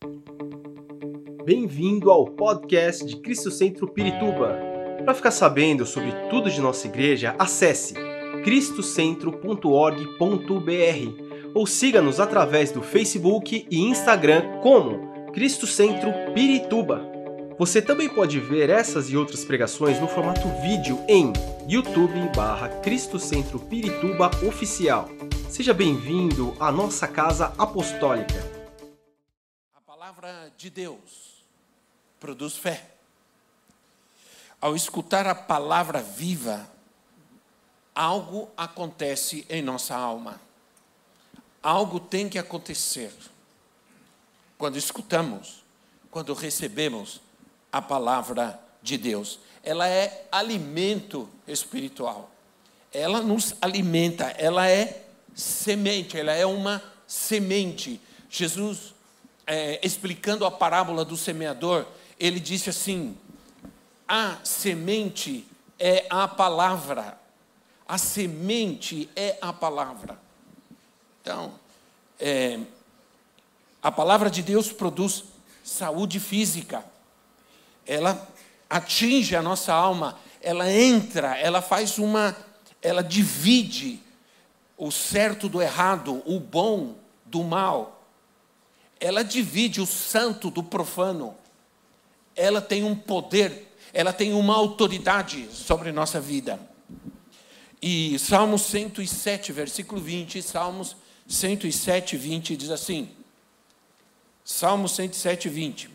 Bem-vindo ao podcast de Cristo Centro Pirituba. Para ficar sabendo sobre tudo de nossa igreja, acesse cristocentro.org.br ou siga-nos através do Facebook e Instagram como Cristo Centro Pirituba. Você também pode ver essas e outras pregações no formato vídeo em YouTube/Cristo Centro Pirituba Oficial. Seja bem-vindo à nossa casa apostólica. A palavra de Deus produz fé. Ao escutar a palavra viva, algo acontece em nossa alma. Algo tem que acontecer. Quando escutamos, quando recebemos a palavra de Deus. Ela é alimento espiritual. Ela nos alimenta, ela é semente, ela é uma semente. Jesus, explicando a parábola do semeador, ele disse assim: a semente é a palavra. A semente é a palavra. Então, a palavra de Deus produz saúde física. Ela atinge a nossa alma, ela entra, ela divide o certo do errado, o bom do mal. Ela divide o santo do profano. Ela tem um poder, ela tem uma autoridade sobre nossa vida. E Salmos 107, versículo 20, Salmos 107, 20 diz assim, Salmos 107, 20.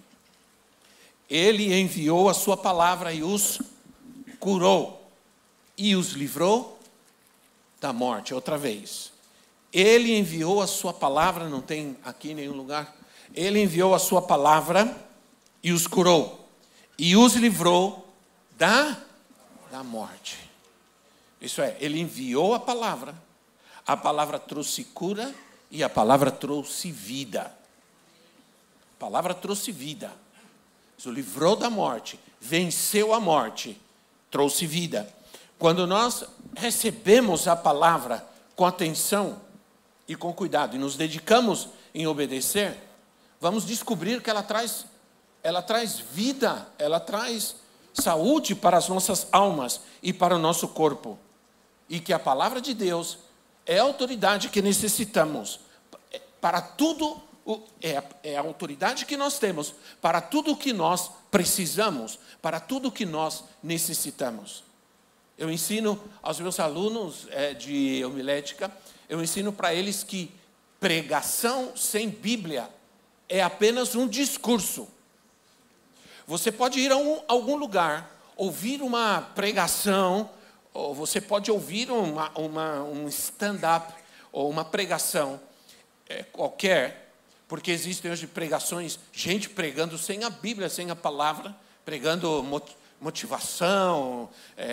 Ele enviou a sua palavra e os curou, e os livrou da morte. Outra vez. Ele enviou a sua palavra, não tem aqui nenhum lugar. Ele enviou a sua palavra e os curou, e os livrou da morte. Isso é, ele enviou a palavra trouxe cura e a palavra trouxe vida. A palavra trouxe vida. O livrou da morte, venceu a morte, trouxe vida. Quando nós recebemos a palavra com atenção e com cuidado, e nos dedicamos em obedecer, vamos descobrir que ela traz vida, ela traz saúde para as nossas almas e para o nosso corpo. E que a palavra de Deus é a autoridade que necessitamos para tudo. É a autoridade que nós temos para tudo o que nós precisamos, para tudo o que nós necessitamos. Eu ensino aos meus alunos de homilética, eu ensino para eles que pregação sem Bíblia é apenas um discurso. Você pode ir a algum lugar, ouvir uma pregação, ou você pode ouvir um stand-up, ou uma pregação qualquer. Porque existem hoje pregações, gente pregando sem a Bíblia, sem a palavra, pregando motivação,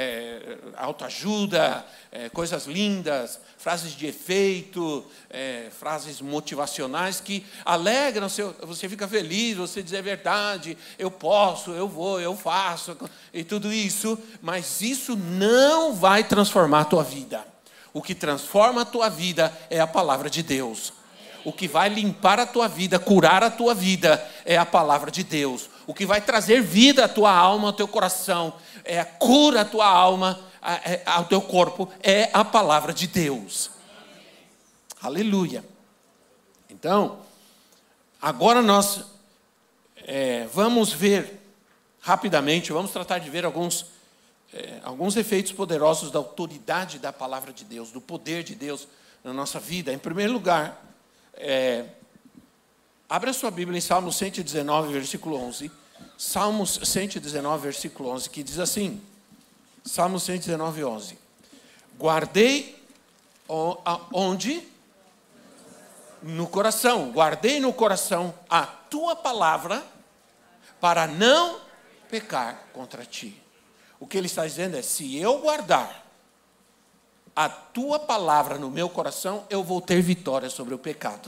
autoajuda, coisas lindas, frases de efeito, frases motivacionais que alegram, você fica feliz, você diz é verdade, eu posso, eu vou, eu faço, e tudo isso, mas isso não vai transformar a tua vida. O que transforma a tua vida é a palavra de Deus. O que vai limpar a tua vida, curar a tua vida, é a palavra de Deus. O que vai trazer vida à tua alma, ao teu coração, é a cura à tua alma, ao teu corpo, é a palavra de Deus. Aleluia. Então, agora nós vamos ver rapidamente, vamos tratar de ver alguns efeitos poderosos da autoridade da palavra de Deus, do poder de Deus na nossa vida. Em primeiro lugar, abra sua Bíblia em Salmos 119, versículo 11. Salmos 119, versículo 11, que diz assim, Salmos 119, 11. Guardei onde? No coração. Guardei no coração a tua palavra para não pecar contra ti. O que ele está dizendo é, se eu guardar a tua palavra no meu coração, eu vou ter vitória sobre o pecado.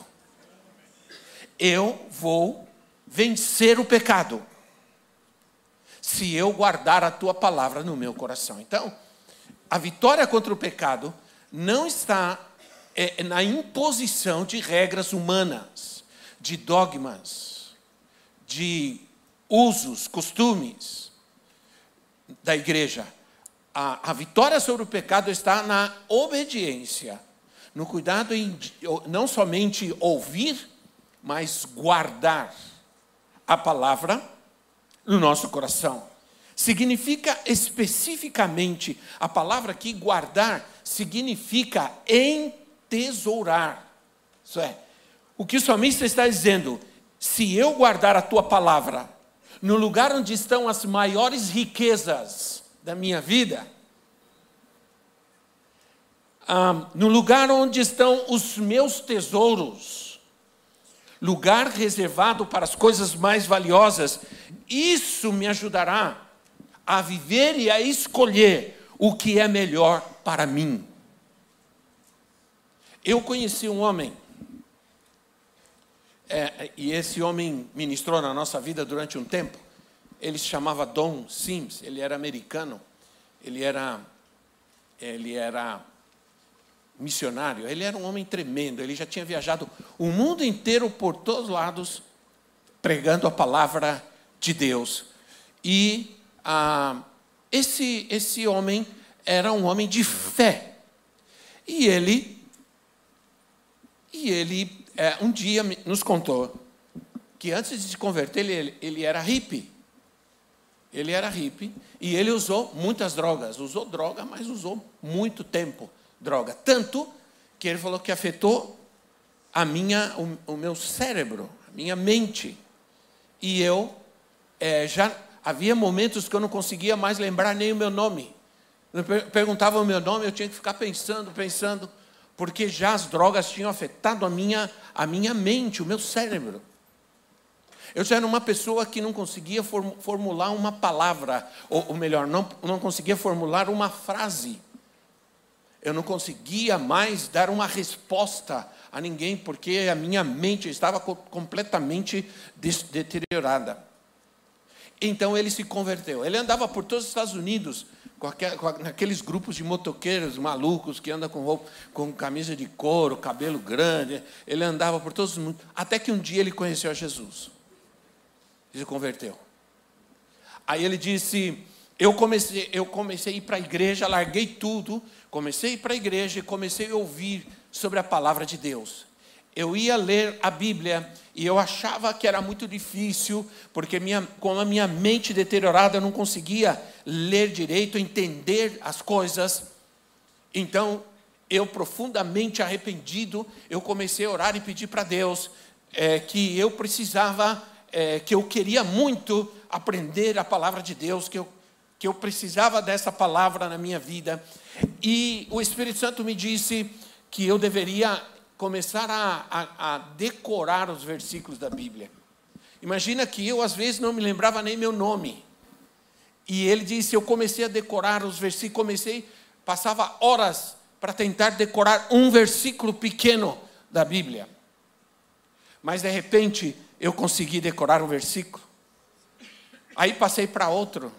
Eu vou vencer o pecado. Se eu guardar a tua palavra no meu coração. Então, a vitória contra o pecado não está na imposição de regras humanas, de dogmas, de usos, costumes da igreja. A vitória sobre o pecado está na obediência, no cuidado em não somente ouvir, mas guardar a palavra no nosso coração. Significa especificamente, a palavra aqui, guardar, significa entesourar. Isso é, o que o salmista está dizendo: se eu guardar a tua palavra no lugar onde estão as maiores riquezas da minha vida, no lugar onde estão os meus tesouros, lugar reservado para as coisas mais valiosas, isso me ajudará a viver e a escolher o que é melhor para mim. Eu conheci um homem, e esse homem ministrou na nossa vida durante um tempo. Ele se chamava Don Sims, ele era americano, ele era missionário, ele era um homem tremendo, ele já tinha viajado o mundo inteiro por todos os lados, pregando a palavra de Deus. E esse homem era um homem de fé. E ele um dia nos contou que antes de se converter, ele era hippie. Ele era hippie e ele usou muitas drogas. Usou droga, mas usou muito tempo droga. Tanto que ele falou que afetou o meu cérebro, a minha mente. E eu já havia momentos que eu não conseguia mais lembrar nem o meu nome. Eu perguntava o meu nome, eu tinha que ficar pensando, porque já as drogas tinham afetado a minha mente, o meu cérebro. Eu já era uma pessoa que não conseguia formular uma palavra, ou melhor, não conseguia formular uma frase. Eu não conseguia mais dar uma resposta a ninguém, porque a minha mente estava completamente deteriorada. Então ele se converteu. Ele andava por todos os Estados Unidos, naqueles grupos de motoqueiros malucos que andam com camisa de couro, cabelo grande. Ele andava por todos os mundos, até que um dia ele conheceu a Jesus. Ele se converteu. Aí ele disse: eu comecei a ir para a igreja, larguei tudo, comecei a ir para a igreja e comecei a ouvir sobre a palavra de Deus. Eu ia ler a Bíblia e eu achava que era muito difícil, porque com a minha mente deteriorada eu não conseguia ler direito, entender as coisas. Então, eu profundamente arrependido, eu comecei a orar e pedir para Deus que eu precisava, que eu queria muito aprender a palavra de Deus, que eu precisava dessa palavra na minha vida. E o Espírito Santo me disse que eu deveria começar a decorar os versículos da Bíblia. Imagina que eu, às vezes, não me lembrava nem meu nome. E ele disse, eu comecei a decorar os versículos, passava horas para tentar decorar um versículo pequeno da Bíblia. Mas, de repente, eu consegui decorar um versículo. Aí passei para outro.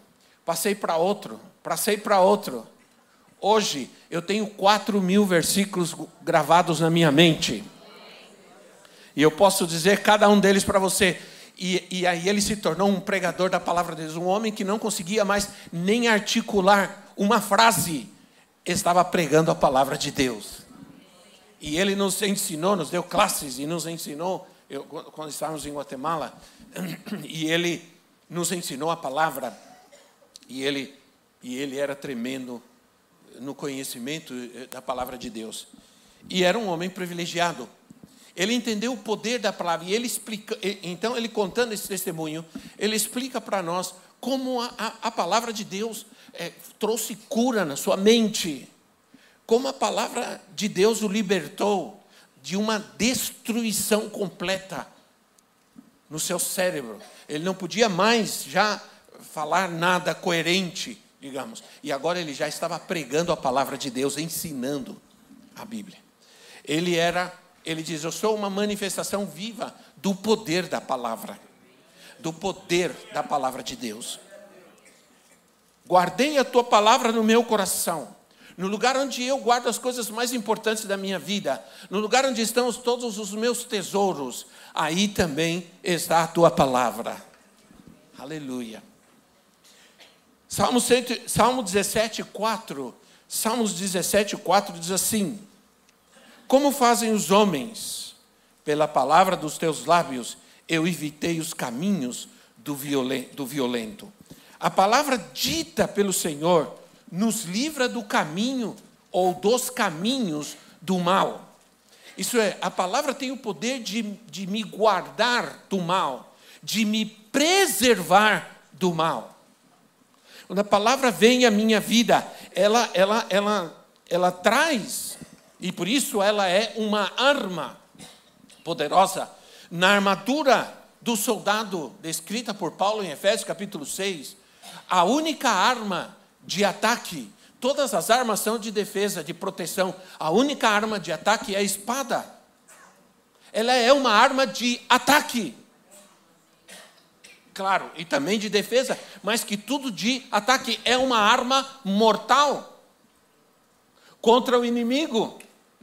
Hoje, eu tenho 4.000 versículos gravados na minha mente. E eu posso dizer cada um deles para você. E aí ele se tornou um pregador da palavra de Deus. Um homem que não conseguia mais nem articular uma frase. Estava pregando a palavra de Deus. E ele nos ensinou, nos deu classes e nos ensinou, quando estávamos em Guatemala, e ele nos ensinou a palavra. E ele era tremendo no conhecimento da palavra de Deus. E era um homem privilegiado. Ele entendeu o poder da palavra. E ele explica, então, ele contando esse testemunho, ele explica para nós como a palavra de Deus trouxe cura na sua mente. Como a palavra de Deus o libertou de uma destruição completa no seu cérebro. Ele não podia mais já falar nada coerente, digamos. E agora ele já estava pregando a palavra de Deus, ensinando a Bíblia. Ele diz, eu sou uma manifestação viva do poder da palavra. Do poder da palavra de Deus. Guardei a tua palavra no meu coração. no lugar onde eu guardo as coisas mais importantes da minha vida, no lugar onde estão todos os meus tesouros, aí também está a tua palavra. Aleluia. Salmos 17:4 diz assim: como fazem os homens, pela palavra dos teus lábios, eu evitei os caminhos do violento. A palavra dita pelo Senhor nos livra do caminho ou dos caminhos do mal. Isso é, a palavra tem o poder de me guardar do mal, de me preservar do mal. Quando a palavra vem à minha vida, ela traz, e por isso ela é uma arma poderosa. Na armadura do soldado, descrita por Paulo em Efésios capítulo 6, a única arma de ataque, todas as armas são de defesa, de proteção. A única arma de ataque é a espada. Ela é uma arma de ataque. Claro, e também de defesa, mas que tudo de ataque. É uma arma mortal contra o inimigo.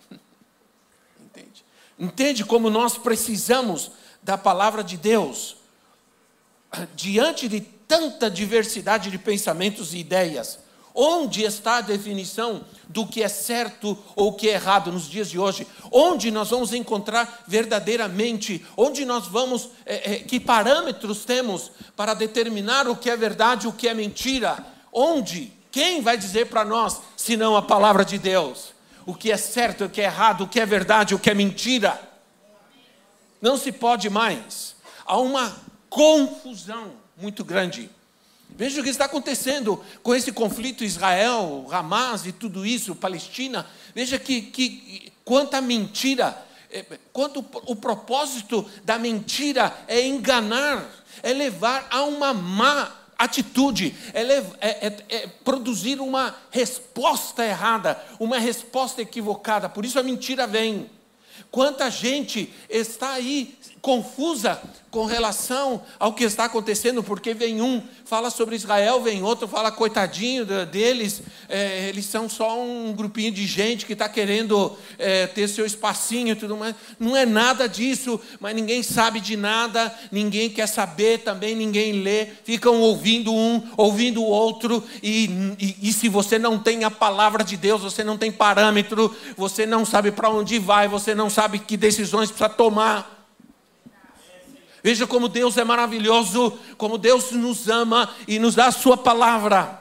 Entende como nós precisamos da palavra de Deus? Diante de tanta diversidade de pensamentos e ideias, onde está a definição do que é certo ou o que é errado nos dias de hoje? Onde nós vamos encontrar verdadeiramente? Onde nós vamos, que parâmetros temos para determinar o que é verdade e o que é mentira? Onde? Quem vai dizer para nós, senão a palavra de Deus? O que é certo, o que é errado, o que é verdade, o que é mentira? Não se pode mais. Há uma confusão muito grande. Veja o que está acontecendo com esse conflito Israel, Hamas e tudo isso, Palestina. Veja que quanta mentira, quanto o propósito da mentira é enganar, é levar a uma má atitude, é produzir uma resposta errada, uma resposta equivocada. Por isso a mentira vem. Quanta gente está aí confusa com relação ao que está acontecendo, porque vem um, fala sobre Israel, vem outro, fala coitadinho deles, eles são só um grupinho de gente que está querendo ter seu espacinho e tudo mais. Não é nada disso, mas ninguém sabe de nada, ninguém quer saber também, ninguém lê, ficam ouvindo um, ouvindo o outro, e se você não tem a palavra de Deus, você não tem parâmetro, você não sabe para onde vai, você não sabe que decisões precisa tomar. Veja como Deus é maravilhoso, como Deus nos ama e nos dá a sua palavra.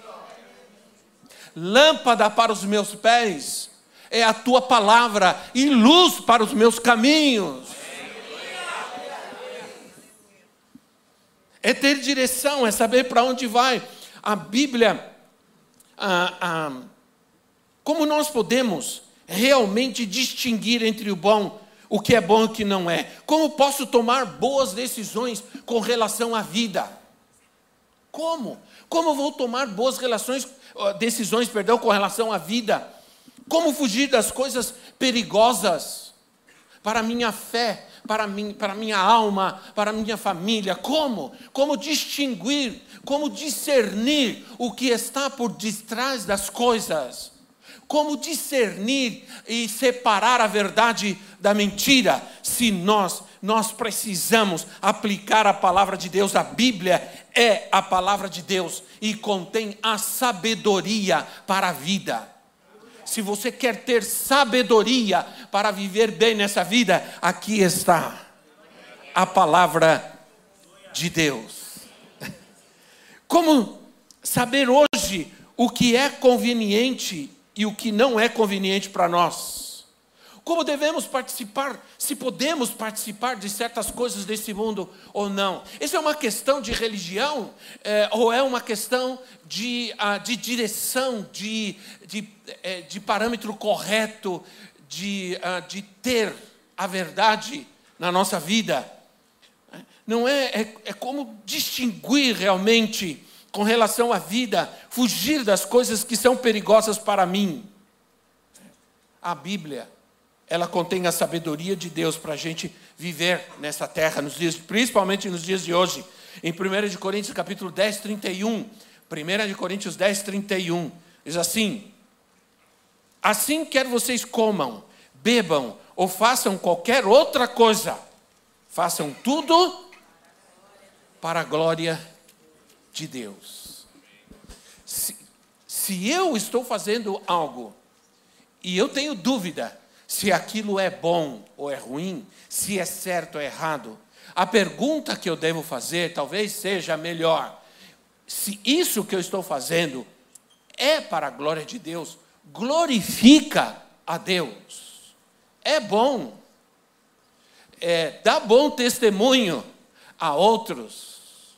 Lâmpada para os meus pés é a tua palavra e luz para os meus caminhos. É ter direção, é saber para onde vai. A Bíblia, como nós podemos realmente distinguir entre o bom, o que é bom e o que não é? Como posso tomar boas decisões com relação à vida? Como? Como vou tomar boas decisões com relação à vida? Como fugir das coisas perigosas para a minha fé, para a minha alma, para a minha família? Como? Como distinguir, como discernir o que está por detrás das coisas? Como discernir e separar a verdade da mentira? Se nós precisamos aplicar a palavra de Deus. A Bíblia é a palavra de Deus e contém a sabedoria para a vida. Se você quer ter sabedoria para viver bem nessa vida, aqui está a palavra de Deus. Como saber hoje o que é conveniente e o que não é conveniente para nós? Como devemos participar, se podemos participar de certas coisas desse mundo ou não? Isso é uma questão de religião, ou é uma questão de direção, de parâmetro correto, de ter a verdade na nossa vida? Não é como distinguir realmente com relação à vida, fugir das coisas que são perigosas para mim. A Bíblia, ela contém a sabedoria de Deus para a gente viver nessa terra, principalmente nos dias de hoje. Em 1 Coríntios capítulo 10, 31, 1 Coríntios 10, 31, diz assim: Assim quer vocês comam, bebam ou façam qualquer outra coisa, façam tudo para a glória de Deus. Se eu estou fazendo algo e eu tenho dúvida se aquilo é bom ou é ruim, se é certo ou errado, a pergunta que eu devo fazer talvez seja melhor: se isso que eu estou fazendo é para a glória de Deus, glorifica a Deus, é bom, dá bom testemunho a outros,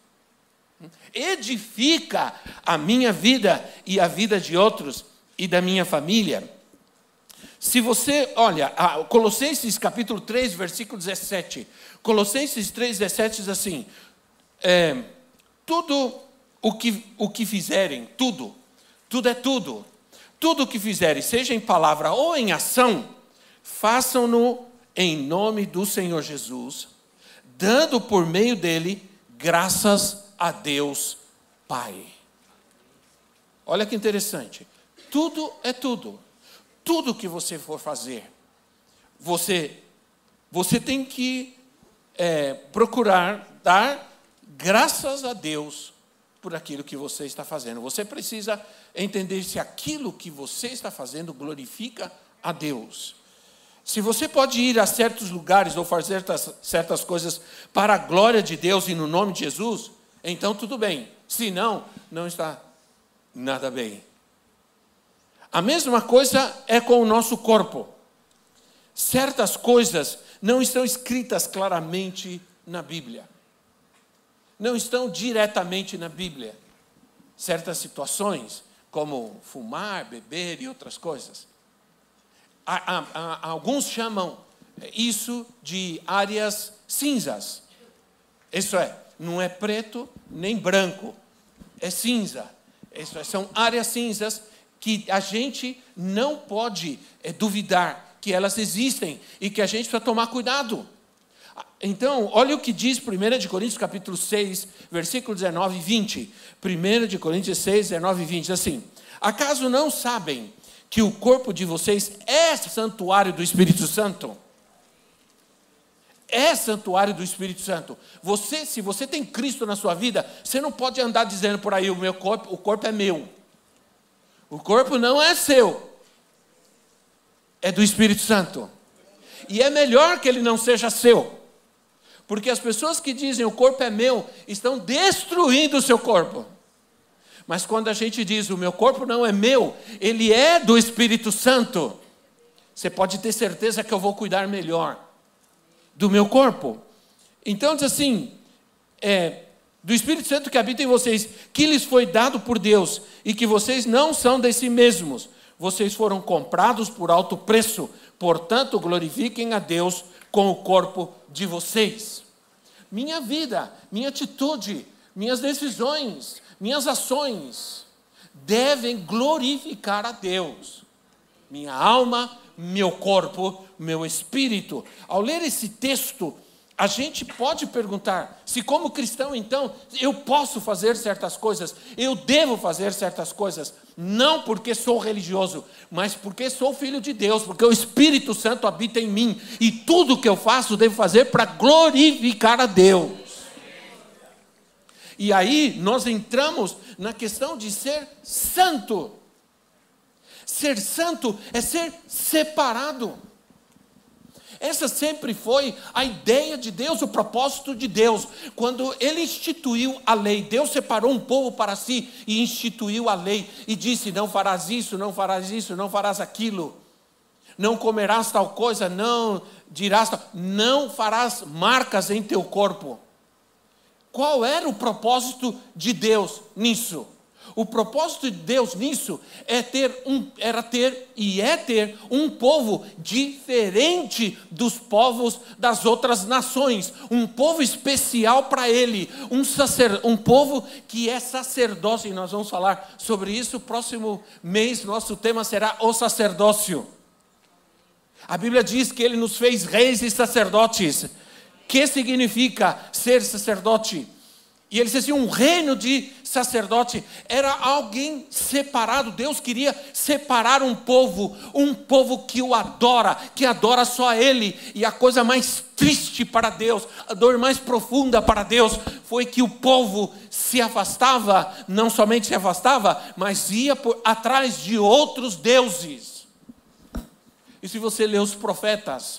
edifica a minha vida e a vida de outros e da minha família. Se você olha, Colossenses capítulo 3, versículo 17, Colossenses 3, 17 diz assim: tudo o que fizerem, tudo é tudo o que fizerem, seja em palavra ou em ação, façam-no em nome do Senhor Jesus, dando por meio dele graças a Deus Pai. Olha que interessante, tudo é tudo. Tudo que você for fazer, você tem que procurar dar graças a Deus por aquilo que você está fazendo. Você precisa entender se aquilo que você está fazendo glorifica a Deus. Se você pode ir a certos lugares ou fazer certas coisas para a glória de Deus e no nome de Jesus, então tudo bem. Se não, não está nada bem. A mesma coisa é com o nosso corpo. Certas coisas não estão escritas claramente na Bíblia. Não estão diretamente na Bíblia. Certas situações, como fumar, beber e outras coisas. Alguns chamam isso de áreas cinzas. Isso é, não é preto nem branco, é cinza. Isso é, são áreas cinzas que a gente não pode duvidar que elas existem e que a gente precisa tomar cuidado. Então, olha o que diz 1 Coríntios capítulo 6, versículo 19 e 20. 1 Coríntios 6, 19 e 20, diz assim: acaso não sabem que o corpo de vocês é santuário do Espírito Santo? É santuário do Espírito Santo. Se você tem Cristo na sua vida, você não pode andar dizendo por aí: o corpo é meu. O corpo não é seu, é do Espírito Santo. E é melhor que ele não seja seu, porque as pessoas que dizem o corpo é meu, estão destruindo o seu corpo. Mas quando a gente diz o meu corpo não é meu, ele é do Espírito Santo, você pode ter certeza que eu vou cuidar melhor do meu corpo. Então diz assim, do Espírito Santo que habita em vocês, que lhes foi dado por Deus, e que vocês não são de si mesmos, vocês foram comprados por alto preço, portanto glorifiquem a Deus com o corpo de vocês. Minha vida, minha atitude, minhas decisões, minhas ações devem glorificar a Deus. Minha alma, meu corpo, meu espírito. Ao ler esse texto, a gente pode perguntar se como cristão, então, eu posso fazer certas coisas, eu devo fazer certas coisas, não porque sou religioso, mas porque sou filho de Deus, porque o Espírito Santo habita em mim, e tudo que eu faço, devo fazer para glorificar a Deus. E aí, nós entramos na questão de ser santo. Ser santo é ser separado. Essa sempre foi a ideia de Deus, o propósito de Deus. Quando Ele instituiu a lei, Deus separou um povo para si e instituiu a lei. E disse, não farás isso, não farás isso, não farás aquilo. Não comerás tal coisa, não dirás tal, não farás marcas em teu corpo. Qual era o propósito de Deus nisso? O propósito de Deus nisso era ter um povo diferente dos povos das outras nações, um povo especial para Ele, um povo que é sacerdócio, e nós vamos falar sobre isso. Próximo mês nosso tema será o sacerdócio. A Bíblia diz que Ele nos fez reis e sacerdotes. O que significa ser sacerdote? E eles diziam um reino de sacerdote. Era alguém separado. Deus queria separar um povo que o adora, que adora só a Ele. E a coisa mais triste para Deus, a dor mais profunda para Deus, foi que o povo se afastava, não somente se afastava, mas ia atrás de outros deuses. E se você lê os profetas,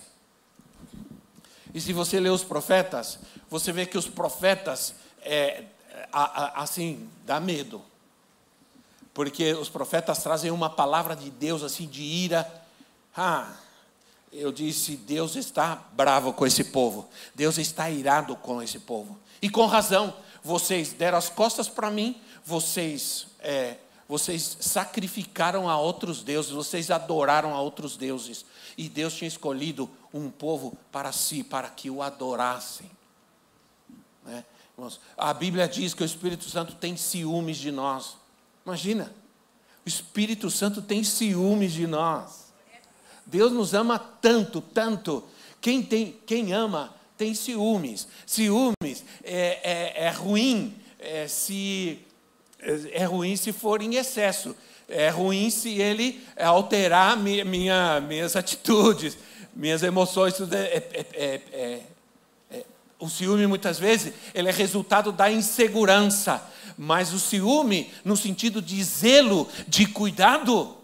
você vê que os profetas, assim, dá medo. Porque os profetas trazem uma palavra de Deus, assim, de ira. Eu disse, Deus está bravo com esse povo. Deus está irado com esse povo. E com razão, vocês deram as costas para mim, vocês sacrificaram a outros deuses, vocês adoraram a outros deuses. E Deus tinha escolhido um povo para si, para que o adorassem. Né? A Bíblia diz que o Espírito Santo tem ciúmes de nós. Imagina, o Espírito Santo tem ciúmes de nós. Deus nos ama tanto, tanto. Quem ama tem ciúmes. Ciúmes é ruim, é ruim se for em excesso. É ruim se ele alterar minhas atitudes, minhas emoções. O ciúme, muitas vezes, ele é resultado da insegurança. Mas o ciúme, no sentido de zelo, de cuidado,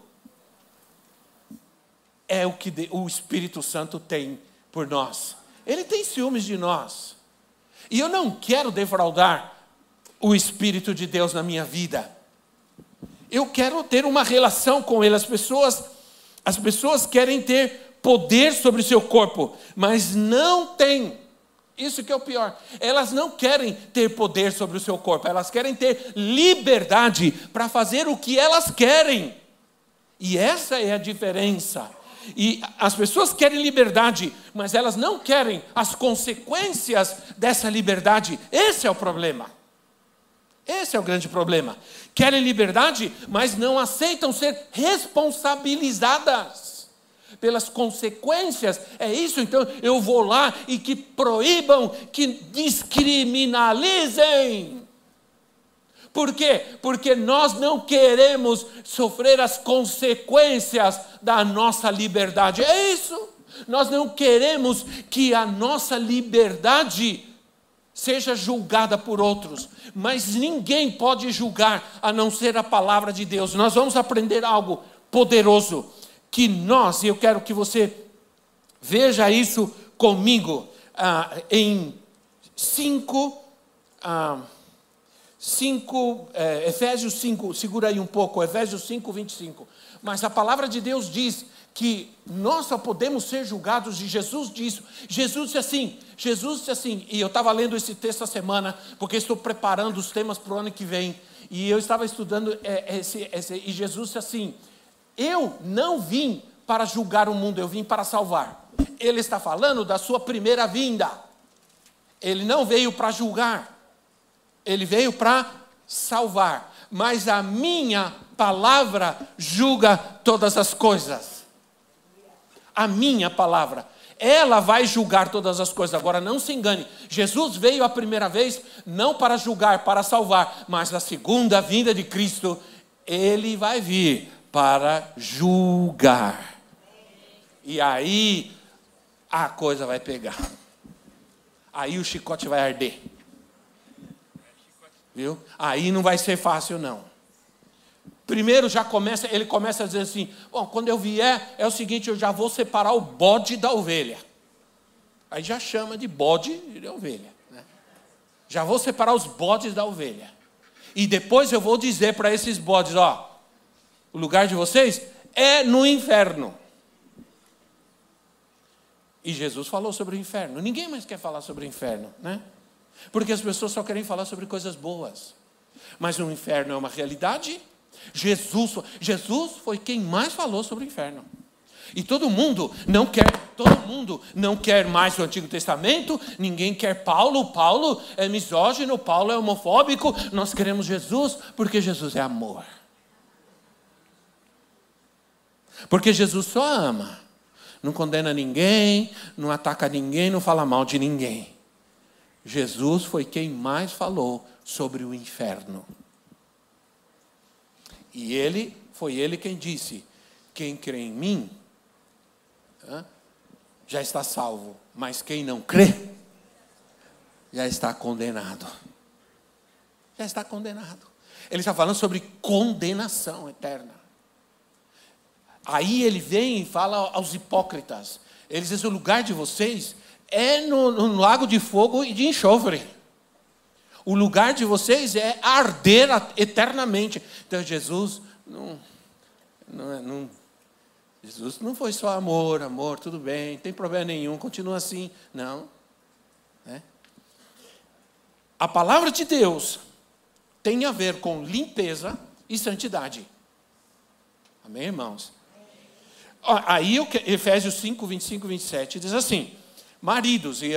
é o que o Espírito Santo tem por nós. Ele tem ciúmes de nós. E eu não quero defraudar o Espírito de Deus na minha vida. Eu quero ter uma relação com Ele. As pessoas querem ter poder sobre o seu corpo, mas não têm. Isso que é o pior. Elas não querem ter poder sobre o seu corpo. Elas querem ter liberdade para fazer o que elas querem. E essa é a diferença. E as pessoas querem liberdade, mas elas não querem as consequências dessa liberdade. Esse é o problema. Esse é o grande problema. Querem liberdade, mas não aceitam ser responsabilizadas pelas consequências. É isso, então eu vou lá e que proíbam, que descriminalizem. Por quê? Porque nós não queremos sofrer as consequências da nossa liberdade. É isso. Nós não queremos que a nossa liberdade seja julgada por outros. Mas ninguém pode julgar a não ser a palavra de Deus. Nós vamos aprender algo poderoso. Que nós, e eu quero que você veja isso comigo, em 5... Efésios 5, segura aí um pouco, Efésios 5, 25. Mas a palavra de Deus diz que nós só podemos ser julgados, e Jesus disse assim, e eu estava lendo esse texto essa semana, porque estou preparando os temas para o ano que vem, e eu estava estudando e Jesus disse assim, eu não vim para julgar o mundo, eu vim para salvar. Ele está falando da sua primeira vinda. Ele não veio para julgar. Ele veio para salvar. Mas a minha palavra julga todas as coisas. A minha palavra. Ela vai julgar todas as coisas. Agora não se engane. Jesus veio a primeira vez não para julgar, para salvar. Mas na segunda vinda de Cristo, Ele vai vir para julgar. E aí a coisa vai pegar. Aí o chicote vai arder. Viu? Aí não vai ser fácil, não. Primeiro ele começa a dizer assim, bom, quando eu vier, é o seguinte, eu já vou separar o bode da ovelha. Aí já chama de bode de ovelha. Né? Já vou separar os bodes da ovelha. E depois eu vou dizer para esses bodes, o lugar de vocês é no inferno. E Jesus falou sobre o inferno. Ninguém mais quer falar sobre o inferno, né? Porque as pessoas só querem falar sobre coisas boas. Mas o inferno é uma realidade. Jesus foi quem mais falou sobre o inferno. E todo mundo não quer mais o Antigo Testamento. Ninguém quer Paulo. Paulo é misógino, Paulo é homofóbico. Nós queremos Jesus porque Jesus é amor. Porque Jesus só ama. Não condena ninguém, não ataca ninguém, não fala mal de ninguém. Jesus foi quem mais falou sobre o inferno. E foi ele quem disse: quem crê em mim já está salvo, mas quem não crê já está condenado. Já está condenado. Ele está falando sobre condenação eterna. Aí ele vem e fala aos hipócritas. Ele diz: o lugar de vocês é no lago de fogo e de enxofre. O lugar de vocês é arder eternamente. Então Jesus Jesus não foi só amor, tudo bem, não tem problema nenhum, continua assim. Não. A palavra de Deus tem a ver com limpeza e santidade. Amém, irmãos? Aí Efésios 5, 25 e 27 diz assim: maridos, e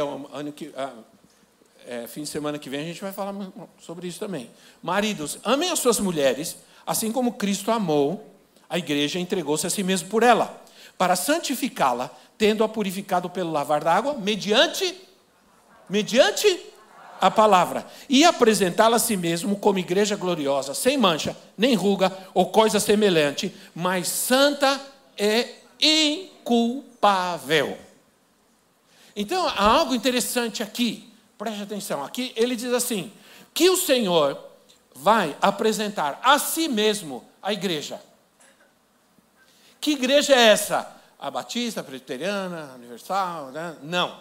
fim de semana que vem a gente vai falar sobre isso também. Maridos, amem as suas mulheres, assim como Cristo amou a igreja e entregou-se a si mesmo por ela, para santificá-la, tendo-a purificado pelo lavar d'água, mediante a palavra, e apresentá-la a si mesmo como igreja gloriosa, sem mancha, nem ruga ou coisa semelhante, mas santa e inculpável. Então, há algo interessante aqui, preste atenção, aqui ele diz assim, que o Senhor vai apresentar a si mesmo a igreja. Que igreja é essa? A Batista, a Presbiteriana, a Universal, né? Não.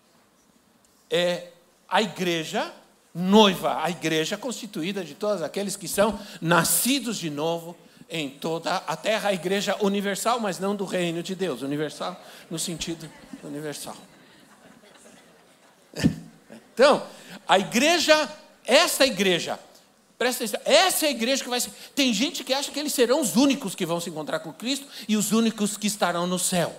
É a igreja noiva, a igreja constituída de todos aqueles que são nascidos de novo em toda a terra, a igreja universal, mas não do reino de Deus, universal no sentido universal. Então, a igreja, essa igreja, presta atenção, essa é a igreja que vai ser. Tem gente que acha que eles serão os únicos que vão se encontrar com Cristo e os únicos que estarão no céu.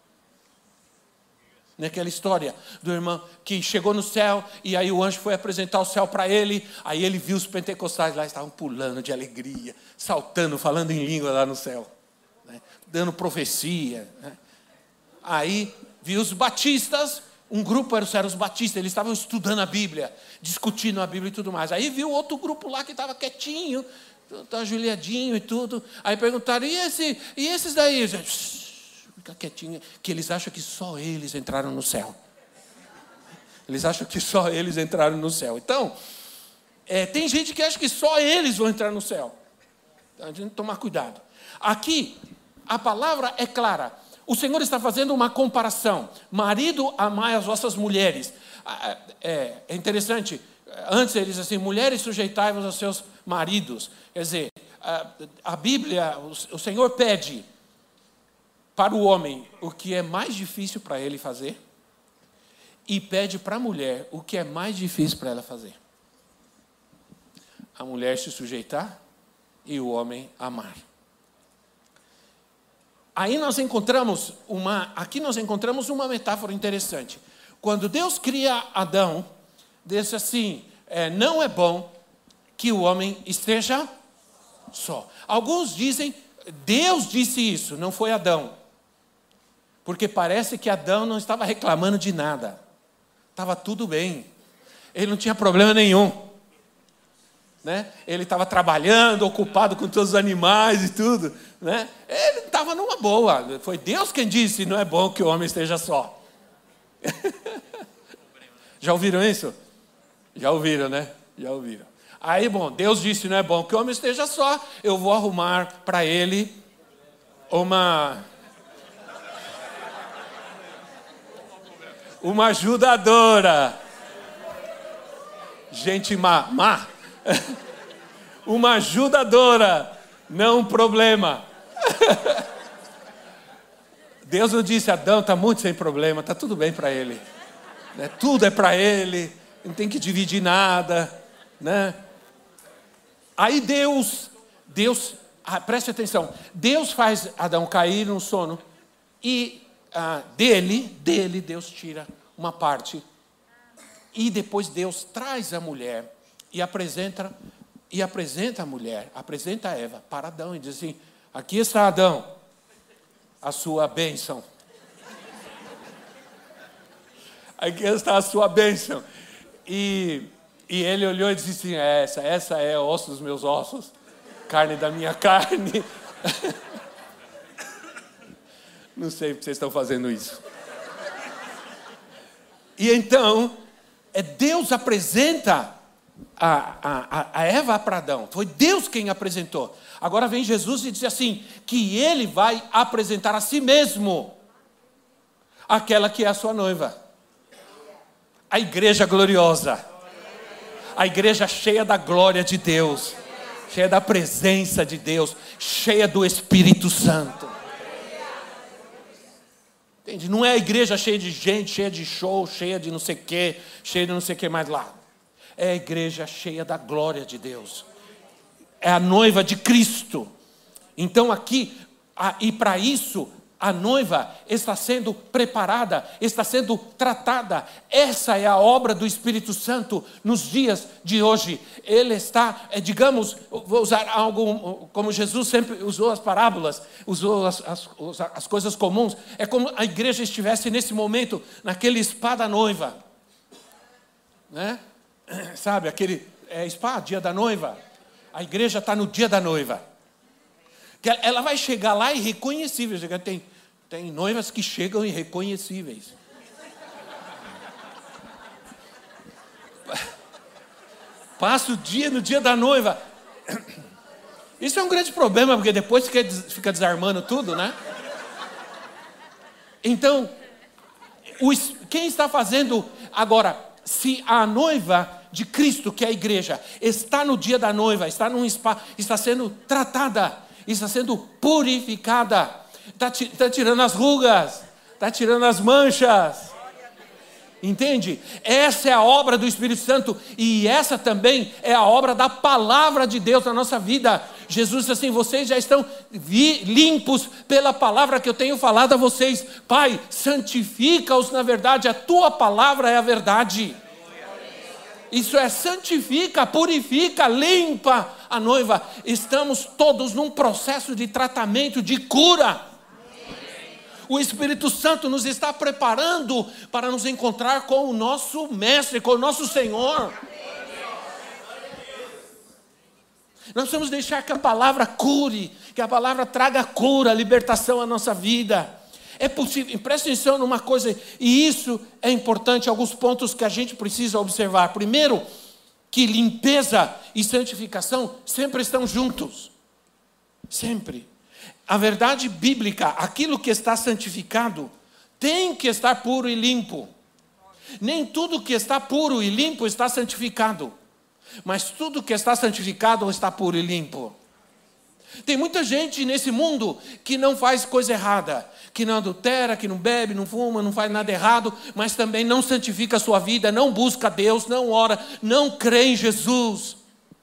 Naquela história do irmão que chegou no céu e aí o anjo foi apresentar o céu para ele, aí ele viu os pentecostais lá, estavam pulando de alegria, saltando, falando em língua lá no céu, né? Dando profecia, né? Aí viu os batistas, um grupo eram os batistas, eles estavam estudando a Bíblia, discutindo a Bíblia e tudo mais. Aí viu outro grupo lá que estava quietinho, ajoelhadinho e tudo. Aí perguntaram: e esses daí? Fica quietinho, que eles acham que só eles entraram no céu. Eles acham que só eles entraram no céu. Então, tem gente que acha que só eles vão entrar no céu. Então, a gente tem que tomar cuidado. Aqui, a palavra é clara. O Senhor está fazendo uma comparação. Marido, amai as vossas mulheres. É interessante. Antes ele diz assim: mulheres, sujeitai-vos aos seus maridos. Quer dizer, a Bíblia, o Senhor pede para o homem o que é mais difícil para ele fazer e pede para a mulher o que é mais difícil para ela fazer. A mulher se sujeitar e o homem amar. Aí nós encontramos uma metáfora interessante. Quando Deus cria Adão, diz assim: não é bom que o homem esteja só. Alguns dizem, Deus disse isso, não foi Adão. Porque parece que Adão não estava reclamando de nada. Estava tudo bem. Ele não tinha problema nenhum. Né? Ele estava trabalhando, ocupado com todos os animais e tudo. Né? Ele estava numa boa. Foi Deus quem disse: não é bom que o homem esteja só. Já ouviram isso? Já ouviram, né? Já ouviram. Aí, bom, Deus disse: não é bom que o homem esteja só. Eu vou arrumar para ele uma ajudadora. Gente má. Uma ajudadora, não um problema. Deus não disse: Adão está muito sem problema, está tudo bem para ele. Né? Tudo é para ele, não tem que dividir nada. Né? Aí Deus, preste atenção, Deus faz Adão cair no sono e dele Deus tira uma parte e depois Deus traz a mulher e apresenta a mulher, apresenta a Eva para Adão e diz assim: aqui está Adão, a sua bênção. Aqui está a sua bênção. E ele olhou e disse assim, essa é osso dos meus ossos, carne da minha carne. Não sei porque vocês estão fazendo isso. E então, Deus apresenta a Eva para Adão. Foi Deus quem apresentou. Agora vem Jesus e diz assim, que ele vai apresentar a si mesmo aquela que é a sua noiva. A igreja gloriosa. A igreja cheia da glória de Deus. Cheia da presença de Deus. Cheia do Espírito Santo. Entende? Não é a igreja cheia de gente, cheia de show, cheia de não sei o quê, cheia de não sei o que mais lá. É a igreja cheia da glória de Deus. É a noiva de Cristo. Então aqui, e para isso, a noiva está sendo preparada, está sendo tratada. Essa é a obra do Espírito Santo nos dias de hoje. Ele está, digamos, vou usar algo como Jesus sempre usou as parábolas, usou as coisas comuns. É como a igreja estivesse nesse momento, naquele spa da noiva. Né? Sabe, aquele spa, dia da noiva. A igreja está no dia da noiva. Ela vai chegar lá irreconhecível. Tem noivas que chegam irreconhecíveis. Passa o dia no dia da noiva. Isso é um grande problema, porque depois fica desarmando tudo, né? Então, quem está fazendo agora, se a noiva de Cristo, que é a igreja, está no dia da noiva, está num spa, está sendo tratada, está sendo purificada, está tirando as rugas, está tirando as manchas. Entende? Essa é a obra do Espírito Santo e essa também é a obra da palavra de Deus na nossa vida. Jesus disse assim, vocês já estão limpos pela palavra que eu tenho falado a vocês. Pai, santifica-os na verdade, a tua palavra é a verdade. Isso é santifica, purifica, limpa a noiva. Estamos todos num processo de tratamento, de cura. O Espírito Santo nos está preparando para nos encontrar com o nosso Mestre, com o nosso Senhor. Nós precisamos deixar que a palavra cure, que a palavra traga cura, libertação à nossa vida. É possível, preste atenção numa coisa, e isso é importante, alguns pontos que a gente precisa observar. Primeiro, que limpeza e santificação sempre estão juntos. Sempre. A verdade bíblica, aquilo que está santificado, tem que estar puro e limpo. Nem tudo que está puro e limpo está santificado. Mas tudo que está santificado está puro e limpo. Tem muita gente nesse mundo que não faz coisa errada, que não adultera, que não bebe, não fuma, não faz nada errado, mas também não santifica a sua vida, não busca Deus, não ora, não crê em Jesus.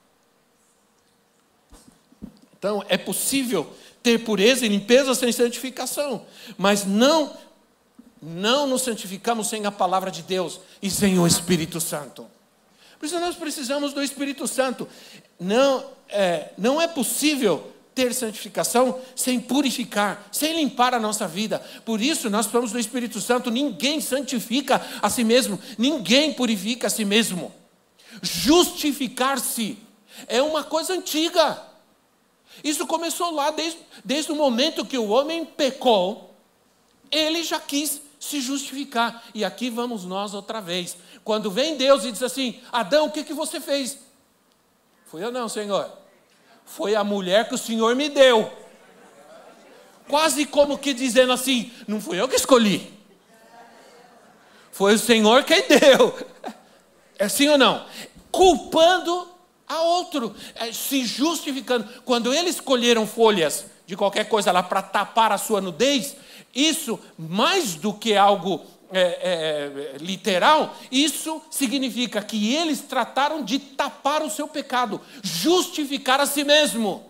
Então é possível ter pureza e limpeza sem santificação, mas não nos santificamos sem a palavra de Deus e sem o Espírito Santo. Por isso nós precisamos do Espírito Santo. Não é possível ter santificação sem purificar, sem limpar a nossa vida. Por isso nós precisamos do Espírito Santo. Ninguém santifica a si mesmo, ninguém purifica a si mesmo. Justificar-se é uma coisa antiga. Isso começou lá desde o momento que o homem pecou, ele já quis se justificar. E aqui vamos nós outra vez. Quando vem Deus e diz assim, Adão, o que você fez? Fui eu não, Senhor. Foi a mulher que o Senhor me deu. Quase como que dizendo assim, não fui eu que escolhi. Foi o Senhor quem deu. É sim ou não? Culpando a outro, se justificando. Quando eles escolheram folhas de qualquer coisa lá para tapar a sua nudez, isso, mais do que algo literal, isso significa que eles trataram de tapar o seu pecado, justificar a si mesmo.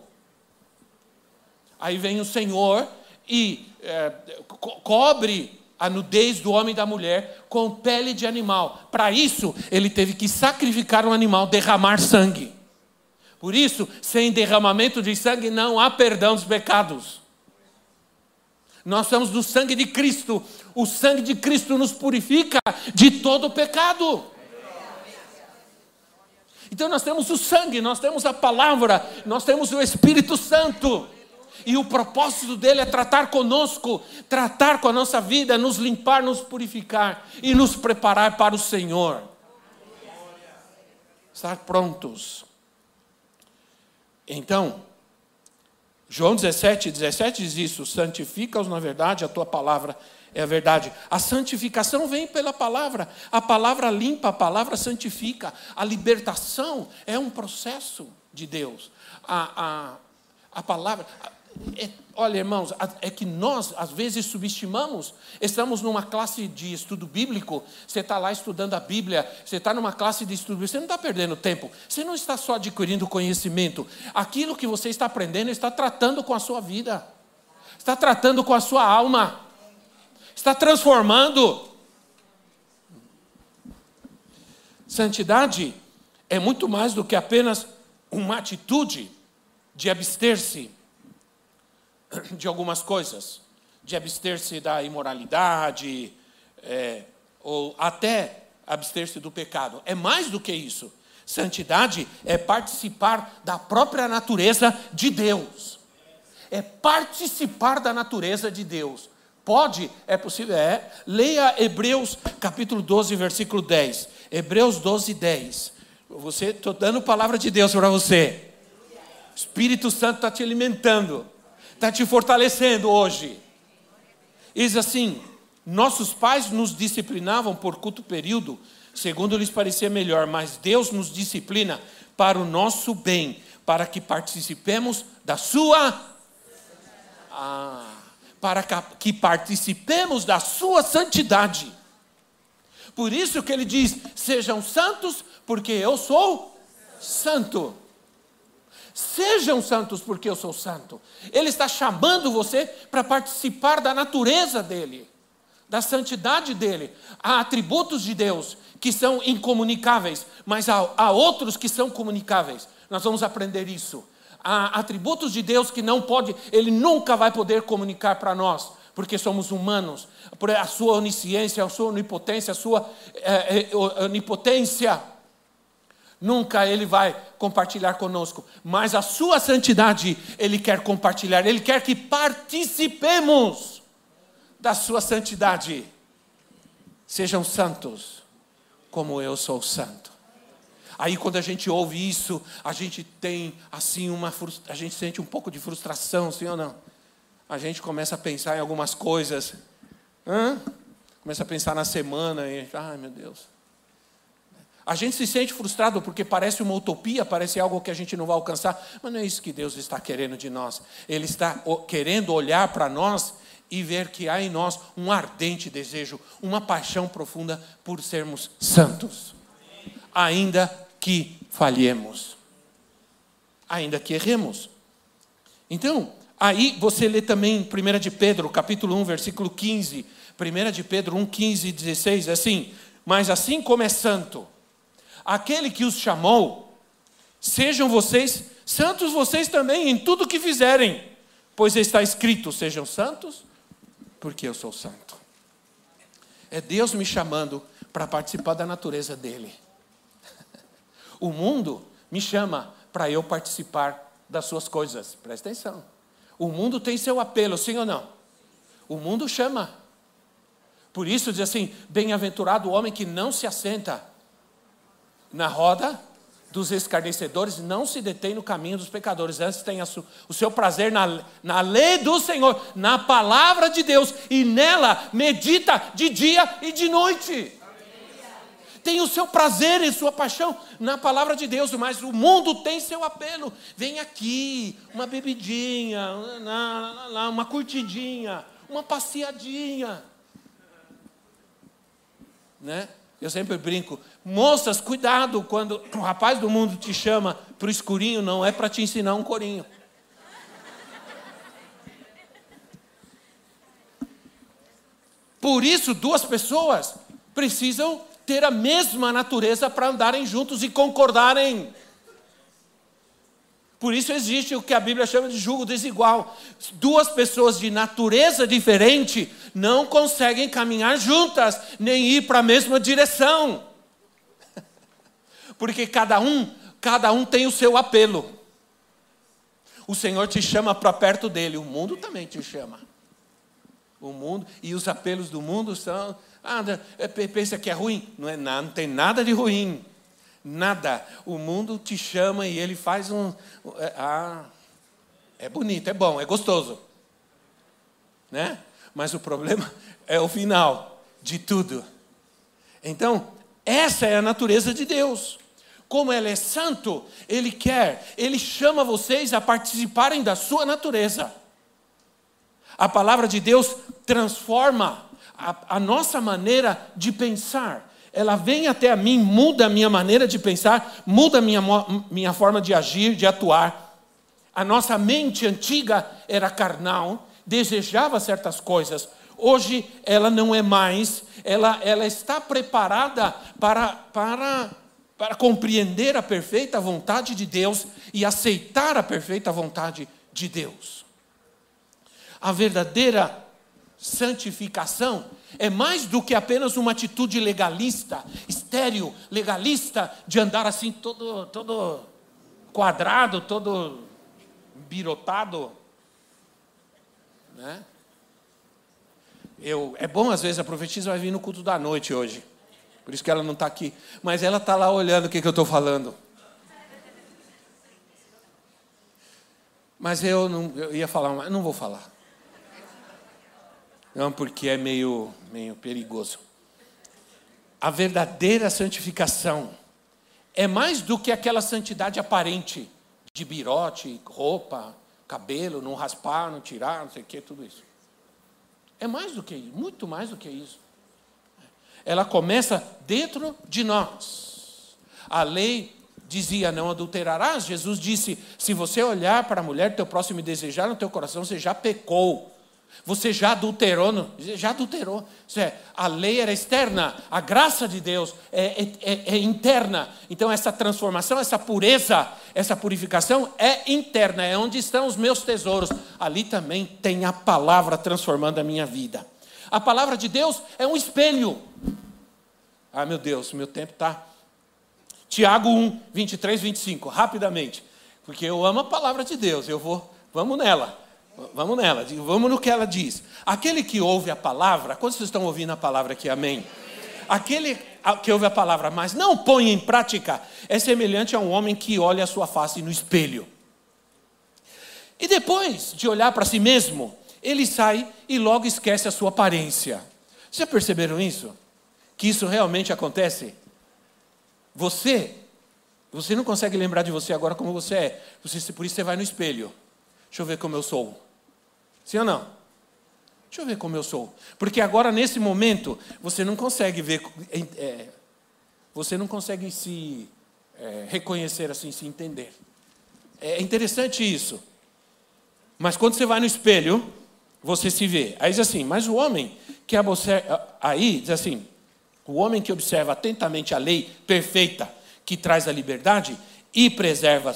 Aí vem o Senhor e cobre a nudez do homem e da mulher com pele de animal. Para isso, ele teve que sacrificar um animal, derramar sangue. Por isso, sem derramamento de sangue não há perdão dos pecados. Nós estamos do sangue de Cristo. O sangue de Cristo nos purifica de todo o pecado. Então nós temos o sangue, nós temos a palavra, nós temos o Espírito Santo. E o propósito dele é tratar conosco, tratar com a nossa vida, nos limpar, nos purificar e nos preparar para o Senhor. Estar prontos. Então, João 17:17 diz isso: santifica-os na verdade, a tua palavra é a verdade. A santificação vem pela palavra. A palavra limpa, a palavra santifica. A libertação é um processo de Deus. A palavra... olha, irmãos, é que nós, às vezes, subestimamos. Estamos numa classe de estudo bíblico, você está lá estudando a Bíblia, você está numa classe de estudo bíblico, você não está perdendo tempo, você não está só adquirindo conhecimento. Aquilo que você está aprendendo está tratando com a sua vida, está tratando com a sua alma, está transformando. Santidade é muito mais do que apenas uma atitude de abster-se de algumas coisas, de abster-se da imoralidade, ou até abster-se do pecado. É mais do que isso. Santidade é participar da própria natureza de Deus. É participar da natureza de Deus. Pode? É possível? É. Leia Hebreus capítulo 12, versículo 10. Hebreus 12, 10. Estou dando palavra de Deus para você. O Espírito Santo está te alimentando, está te fortalecendo hoje. Diz assim: nossos pais nos disciplinavam por curto período, segundo lhes parecia melhor, mas Deus nos disciplina para o nosso bem, para que participemos da sua... para que participemos da sua santidade. Por isso que ele diz: sejam santos, porque eu sou santo. Sejam santos, porque eu sou santo. Ele está chamando você para participar da natureza dele, da santidade dele. Há atributos de Deus que são incomunicáveis, mas há outros que são comunicáveis. Nós vamos aprender isso. Há atributos de Deus que não pode, ele nunca vai poder comunicar para nós, porque somos humanos. Por a sua onisciência, a sua onipotência, a sua onipotência, nunca ele vai compartilhar conosco. Mas a sua santidade ele quer compartilhar. Ele quer que participemos da sua santidade. Sejam santos, como eu sou santo. Aí quando a gente ouve isso, a gente tem assim a gente sente um pouco de frustração, sim ou não? A gente começa a pensar em algumas coisas. Começa a pensar na semana e, ai meu Deus. A gente se sente frustrado porque parece uma utopia, parece algo que a gente não vai alcançar. Mas não é isso que Deus está querendo de nós. Ele está querendo olhar para nós e ver que há em nós um ardente desejo, uma paixão profunda por sermos santos. Ainda que falhemos, ainda que erremos. Então, aí você lê também 1 de Pedro, capítulo 1, versículo 15. 1 de Pedro 1, 15 e 16, assim: mas assim como é santo aquele que os chamou, sejam vocês santos vocês também em tudo que fizerem, pois está escrito: sejam santos, porque eu sou santo. É Deus me chamando para participar da natureza dele. O mundo me chama para eu participar das suas coisas. Presta atenção. O mundo tem seu apelo, sim ou não? O mundo chama. Por isso diz assim: bem-aventurado o homem que não se assenta na roda dos escarnecedores, não se detém no caminho dos pecadores, antes tem o seu prazer na lei do Senhor, na palavra de Deus, e nela medita de dia e de noite. Tem o seu prazer e sua paixão na palavra de Deus, mas o mundo tem seu apelo. Vem aqui, uma bebidinha, uma curtidinha, uma passeadinha, né? Eu sempre brinco: moças, cuidado quando o rapaz do mundo te chama para o escurinho, não é para te ensinar um corinho. Por isso, duas pessoas precisam ter a mesma natureza para andarem juntos e concordarem. Por isso existe o que a Bíblia chama de jugo desigual. Duas pessoas de natureza diferente não conseguem caminhar juntas, nem ir para a mesma direção. Porque cada um tem o seu apelo. O Senhor te chama para perto dele, o mundo também te chama. O mundo, e os apelos do mundo são, pensa que é ruim. Não é nada, não tem nada de ruim. Nada. O mundo te chama e ele faz é bonito, é bom, é gostoso. Né? Mas o problema é o final de tudo. Então, essa é a natureza de Deus. Como Ele é santo, Ele chama vocês a participarem da sua natureza. A palavra de Deus transforma a nossa maneira de pensar. Ela vem até a mim, muda a minha maneira de pensar, muda a minha forma de agir, de atuar. A nossa mente antiga era carnal, desejava certas coisas. Hoje ela não é mais, ela está preparada para compreender a perfeita vontade de Deus e aceitar a perfeita vontade de Deus. A verdadeira santificação é mais do que apenas uma atitude legalista, estéril, legalista, de andar assim todo quadrado, todo birotado, né? É bom às vezes, a profetisa vai vir no culto da noite hoje, por isso que ela não está aqui, mas ela está lá olhando o que eu estou falando. Mas eu ia falar, mas não vou falar. Não, porque é meio perigoso. A verdadeira santificação é mais do que aquela santidade aparente, de birote, roupa, cabelo, não raspar, não tirar, não sei o que, tudo isso. É mais do que isso, muito mais do que isso. Ela começa dentro de nós. A lei dizia, não adulterarás. Jesus disse, se você olhar para a mulher do teu próximo e desejar no teu coração, você já pecou. Você já adulterou, já adulterou. A lei era externa, a graça de Deus é interna. Então essa transformação, essa pureza, essa purificação é interna, é onde estão os meus tesouros. Ali também tem a palavra transformando a minha vida. A palavra de Deus é um espelho. Meu Deus, meu tempo está... Tiago 1, 23, 25, rapidamente. Porque eu amo a palavra de Deus, vamos nela. Vamos no que ela diz. Aquele que ouve a palavra, quando vocês estão ouvindo a palavra aqui, amém? Aquele que ouve a palavra, mas não põe em prática, é semelhante a um homem que olha a sua face no espelho. E depois de olhar para si mesmo, ele sai e logo esquece a sua aparência. Já perceberam isso? Que isso realmente acontece? Você não consegue lembrar de você agora como você é. Por isso você vai no espelho. Deixa eu ver como eu sou. Sim ou não? Deixa eu ver como eu sou. Porque agora, nesse momento, você não consegue ver... você não consegue se reconhecer assim, se entender. É interessante isso. Mas quando você vai no espelho, você se vê. Aí diz assim, mas o homem que observa... Aí diz assim, o homem que observa atentamente a lei perfeita, que traz a liberdade, e preserva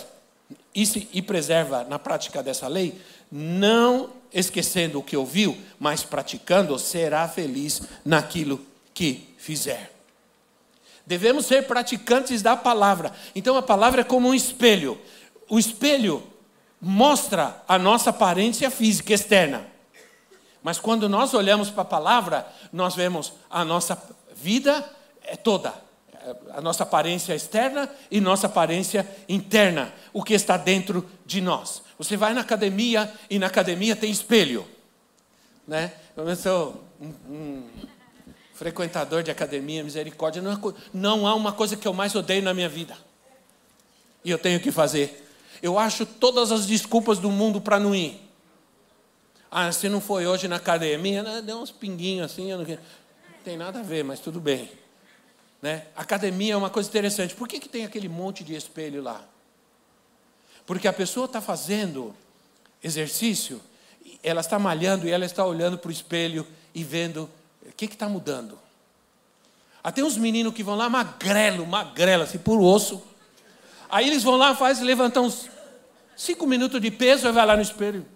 na prática dessa lei, não esquecendo o que ouviu, mas praticando, será feliz naquilo que fizer. Devemos ser praticantes da palavra. Então a palavra é como um espelho. O espelho mostra a nossa aparência física externa. Mas quando nós olhamos para a palavra, nós vemos a nossa vida toda. A nossa aparência externa e nossa aparência interna, o que está dentro de nós. Você vai na academia e na academia tem espelho, né? Eu sou um frequentador de academia, misericórdia, não há uma coisa que eu mais odeio na minha vida. E eu tenho que fazer. Eu acho todas as desculpas do mundo para não ir. Se não foi hoje na academia, deu uns pinguinhos assim, não tem nada a ver, mas tudo bem. Né? Academia é uma coisa interessante. Por que tem aquele monte de espelho lá? Porque a pessoa está fazendo exercício, ela está malhando e ela está olhando para o espelho e vendo o que está mudando. Tem uns meninos que vão lá magrelo, assim, por osso. Aí eles vão lá, levantam uns 5 minutos de peso e vai lá no espelho.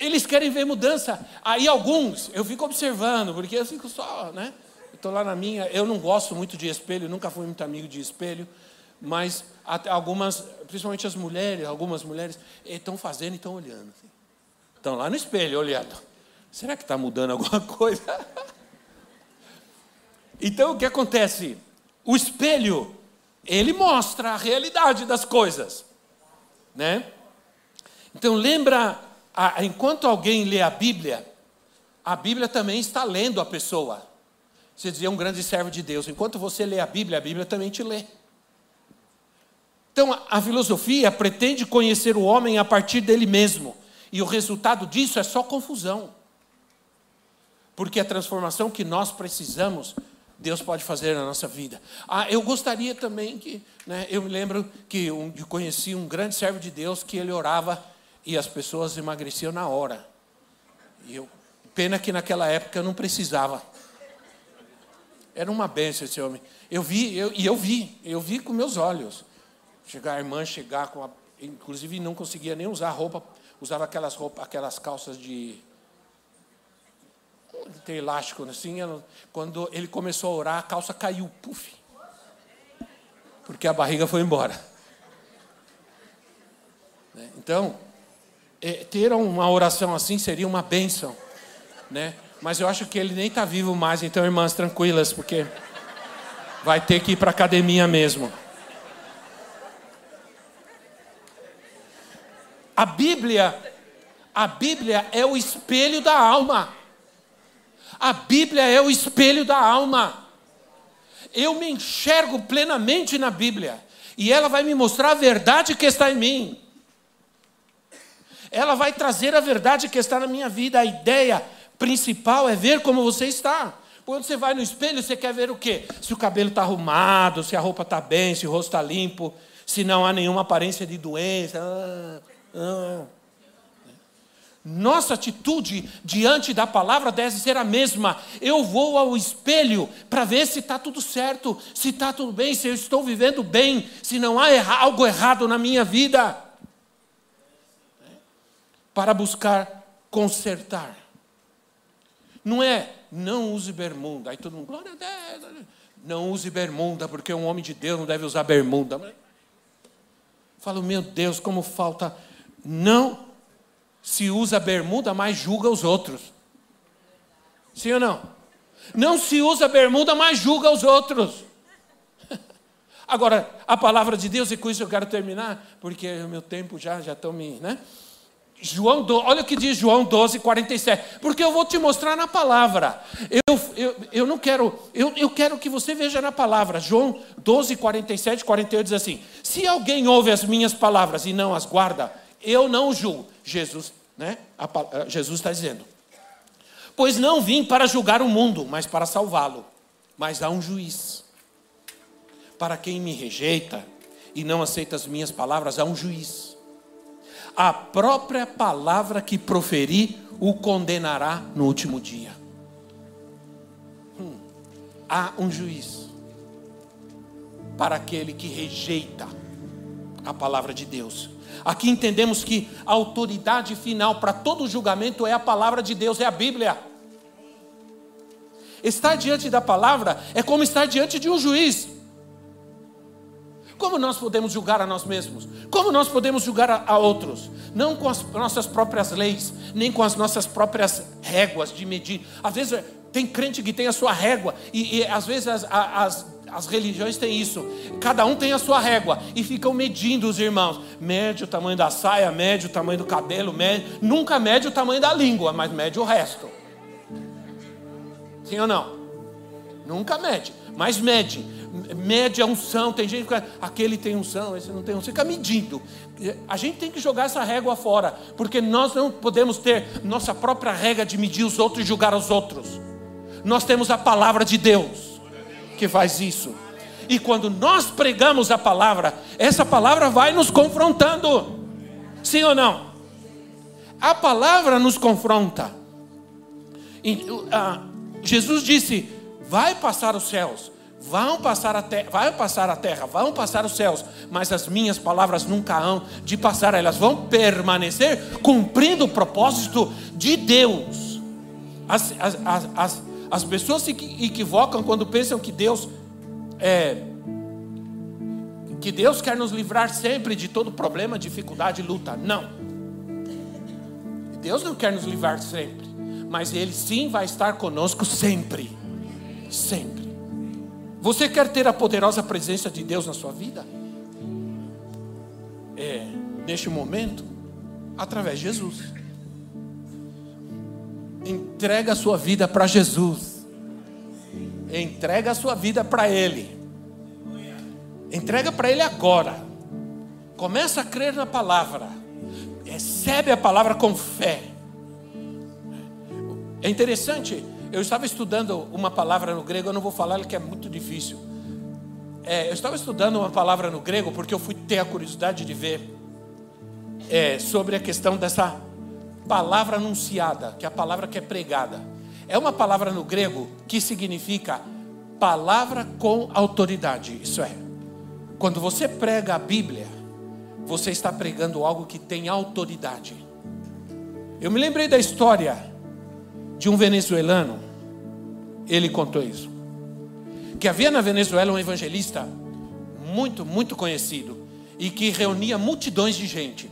Eles querem ver mudança. Aí alguns, eu fico observando, porque eu fico só, né? Estou lá na minha, eu não gosto muito de espelho, nunca fui muito amigo de espelho, mas algumas, principalmente as mulheres, algumas mulheres, estão fazendo e estão olhando. Assim. Estão lá no espelho olhando. Será que está mudando alguma coisa? Então o que acontece? O espelho, ele mostra a realidade das coisas, né? Então lembra, enquanto alguém lê a Bíblia também está lendo a pessoa. Você dizia um grande servo de Deus. Enquanto você lê a Bíblia também te lê. Então a filosofia pretende conhecer o homem a partir dele mesmo. E o resultado disso é só confusão. Porque a transformação que nós precisamos, Deus pode fazer na nossa vida. Eu gostaria também que, né, eu me lembro que eu conheci um grande servo de Deus que ele orava e as pessoas emagreciam na hora. Pena que naquela época eu não precisava. Era uma bênção esse homem. Eu vi com meus olhos. A irmã chegar com inclusive não conseguia nem usar roupa, usava aquelas calças de tem elástico assim. Quando ele começou a orar, a calça caiu, puf, porque a barriga foi embora. Então, ter uma oração assim seria uma bênção, né? Mas eu acho que ele nem está vivo mais, então, irmãs, tranquilas, porque vai ter que ir para a academia mesmo. A Bíblia é o espelho da alma. A Bíblia é o espelho da alma. Eu me enxergo plenamente na Bíblia. E ela vai me mostrar a verdade que está em mim. Ela vai trazer a verdade que está na minha vida. A ideia principal é ver como você está. Quando você vai no espelho, você quer ver o quê? Se o cabelo está arrumado, se a roupa está bem, se o rosto está limpo, se não há nenhuma aparência de doença. Nossa atitude diante da palavra deve ser a mesma. Eu vou ao espelho para ver se está tudo certo, se está tudo bem, se eu estou vivendo bem, se não há algo errado na minha vida. Para buscar consertar. Não use bermuda. Aí todo mundo, glória a Deus. Não use bermuda, porque um homem de Deus não deve usar bermuda. Falo, meu Deus, como falta. Não se usa bermuda, mas julga os outros. Sim ou não? Não se usa bermuda, mas julga os outros. Agora, a palavra de Deus, e com isso eu quero terminar, porque o meu tempo já estão me... né? Olha o que diz João 12:47. Porque eu vou te mostrar na palavra. Eu não quero... Eu quero que você veja na palavra. João 12:47, 48 diz assim: se alguém ouve as minhas palavras e não as guarda, eu não o julgo. Jesus, né? Jesus está dizendo: pois não vim para julgar o mundo, mas para salvá-lo. Mas há um juiz. Para quem me rejeita e não aceita as minhas palavras, há um juiz. A própria palavra que proferi o condenará no último dia. Há um juiz para aquele que rejeita a palavra de Deus. Aqui entendemos que a autoridade final para todo julgamento é a palavra de Deus, é a Bíblia. Estar diante da palavra é como estar diante de um juiz. Como nós podemos julgar a nós mesmos? Como nós podemos julgar a outros? Não com as nossas próprias leis, nem com as nossas próprias réguas de medir. Às vezes tem crente que tem a sua régua, e às vezes as religiões têm isso. Cada um tem a sua régua e ficam medindo os irmãos. Mede o tamanho da saia, mede o tamanho do cabelo, nunca mede o tamanho da língua, mas mede o resto. Sim ou não? Nunca mede, mas mede a unção. Tem gente que fica, aquele tem unção, esse não tem unção, fica medindo. A gente tem que jogar essa régua fora, porque nós não podemos ter nossa própria régua de medir os outros e julgar os outros. Nós temos a palavra de Deus que faz isso. E quando nós pregamos a palavra, essa palavra vai nos confrontando. Sim ou não? A palavra nos confronta. Jesus disse: vai passar os céus, vai passar a terra, vão passar os céus, mas as minhas palavras nunca hão de passar, elas vão permanecer cumprindo o propósito de Deus. As pessoas se equivocam quando pensam que Deus quer nos livrar sempre de todo problema, dificuldade e luta. Não. Deus não quer nos livrar sempre, mas Ele sim vai estar conosco sempre. Sempre. Você quer ter a poderosa presença de Deus na sua vida? Neste momento, através de Jesus. Entrega a sua vida para Jesus. Entrega a sua vida para Ele. Entrega para Ele agora. Começa a crer na palavra. Recebe a palavra com fé. É interessante. Eu estava estudando uma palavra no grego. Eu não vou falar que é muito difícil. Eu estava estudando uma palavra no grego porque eu fui ter a curiosidade de ver sobre a questão dessa palavra anunciada, que é a palavra que é pregada. É uma palavra no grego que significa palavra com autoridade. Isso é, quando você prega a Bíblia, você está pregando algo que tem autoridade. Eu me lembrei da história de um venezuelano. Ele contou isso, que havia na Venezuela um evangelista muito, muito conhecido, e que reunia multidões de gente.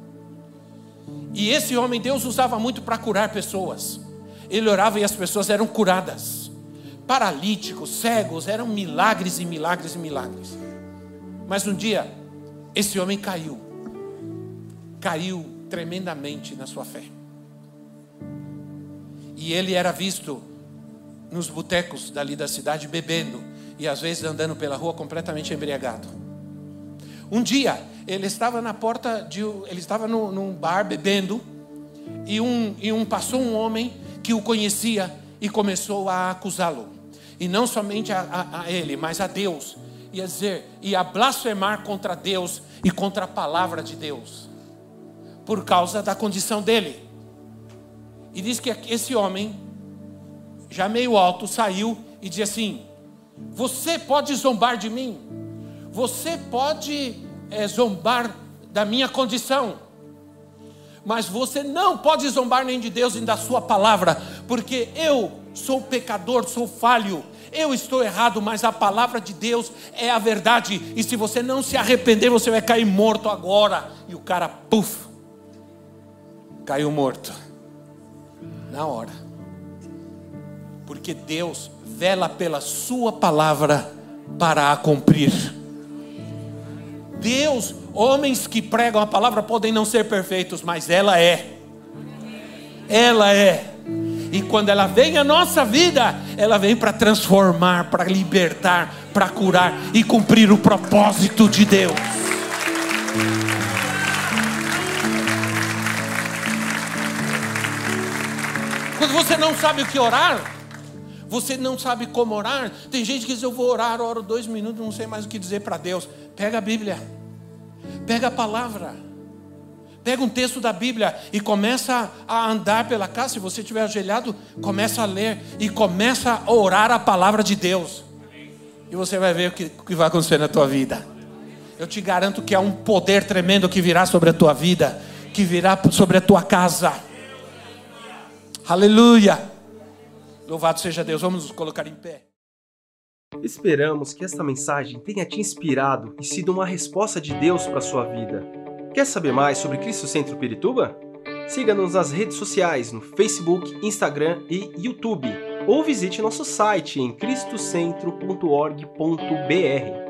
E esse homem Deus usava muito para curar pessoas. Ele orava e as pessoas eram curadas. Paralíticos, cegos, eram milagres e milagres e milagres. Mas um dia, esse homem caiu tremendamente na sua fé. E ele era visto nos botecos dali da cidade bebendo, e às vezes andando pela rua completamente embriagado. Um dia, ele estava na porta ele estava num bar bebendo, e passou um homem que o conhecia e começou a acusá-lo. E não somente a ele, mas a Deus. E a blasfemar contra Deus e contra a palavra de Deus, por causa da condição dele. E diz que esse homem, já meio alto, saiu e disse assim: você pode zombar de mim, você pode zombar da minha condição, mas você não pode zombar nem de Deus nem da sua palavra, porque eu sou pecador, sou falho, eu estou errado, mas a palavra de Deus é a verdade, e se você não se arrepender, você vai cair morto agora. E o cara, caiu morto na hora, porque Deus vela pela sua palavra para a cumprir. Deus, homens que pregam a palavra podem não ser perfeitos, mas ela é. E quando ela vem à nossa vida, ela vem para transformar, para libertar, para curar e cumprir o propósito de Deus. Quando você não sabe o que orar, você não sabe como orar. Tem gente que diz: eu vou orar, oro 2 minutos, não sei mais o que dizer para Deus. Pega a Bíblia, pega a palavra, pega um texto da Bíblia e começa a andar pela casa. Se você estiver ajoelhado, começa a ler e começa a orar a palavra de Deus. E você vai ver o que vai acontecer na tua vida. Eu te garanto que há um poder tremendo que virá sobre a tua vida, que virá sobre a tua casa. Aleluia! Louvado seja Deus. Vamos nos colocar em pé. Esperamos que esta mensagem tenha te inspirado e sido uma resposta de Deus para a sua vida. Quer saber mais sobre Cristo Centro Pirituba? Siga-nos nas redes sociais, no Facebook, Instagram e YouTube. Ou visite nosso site em cristocentro.org.br.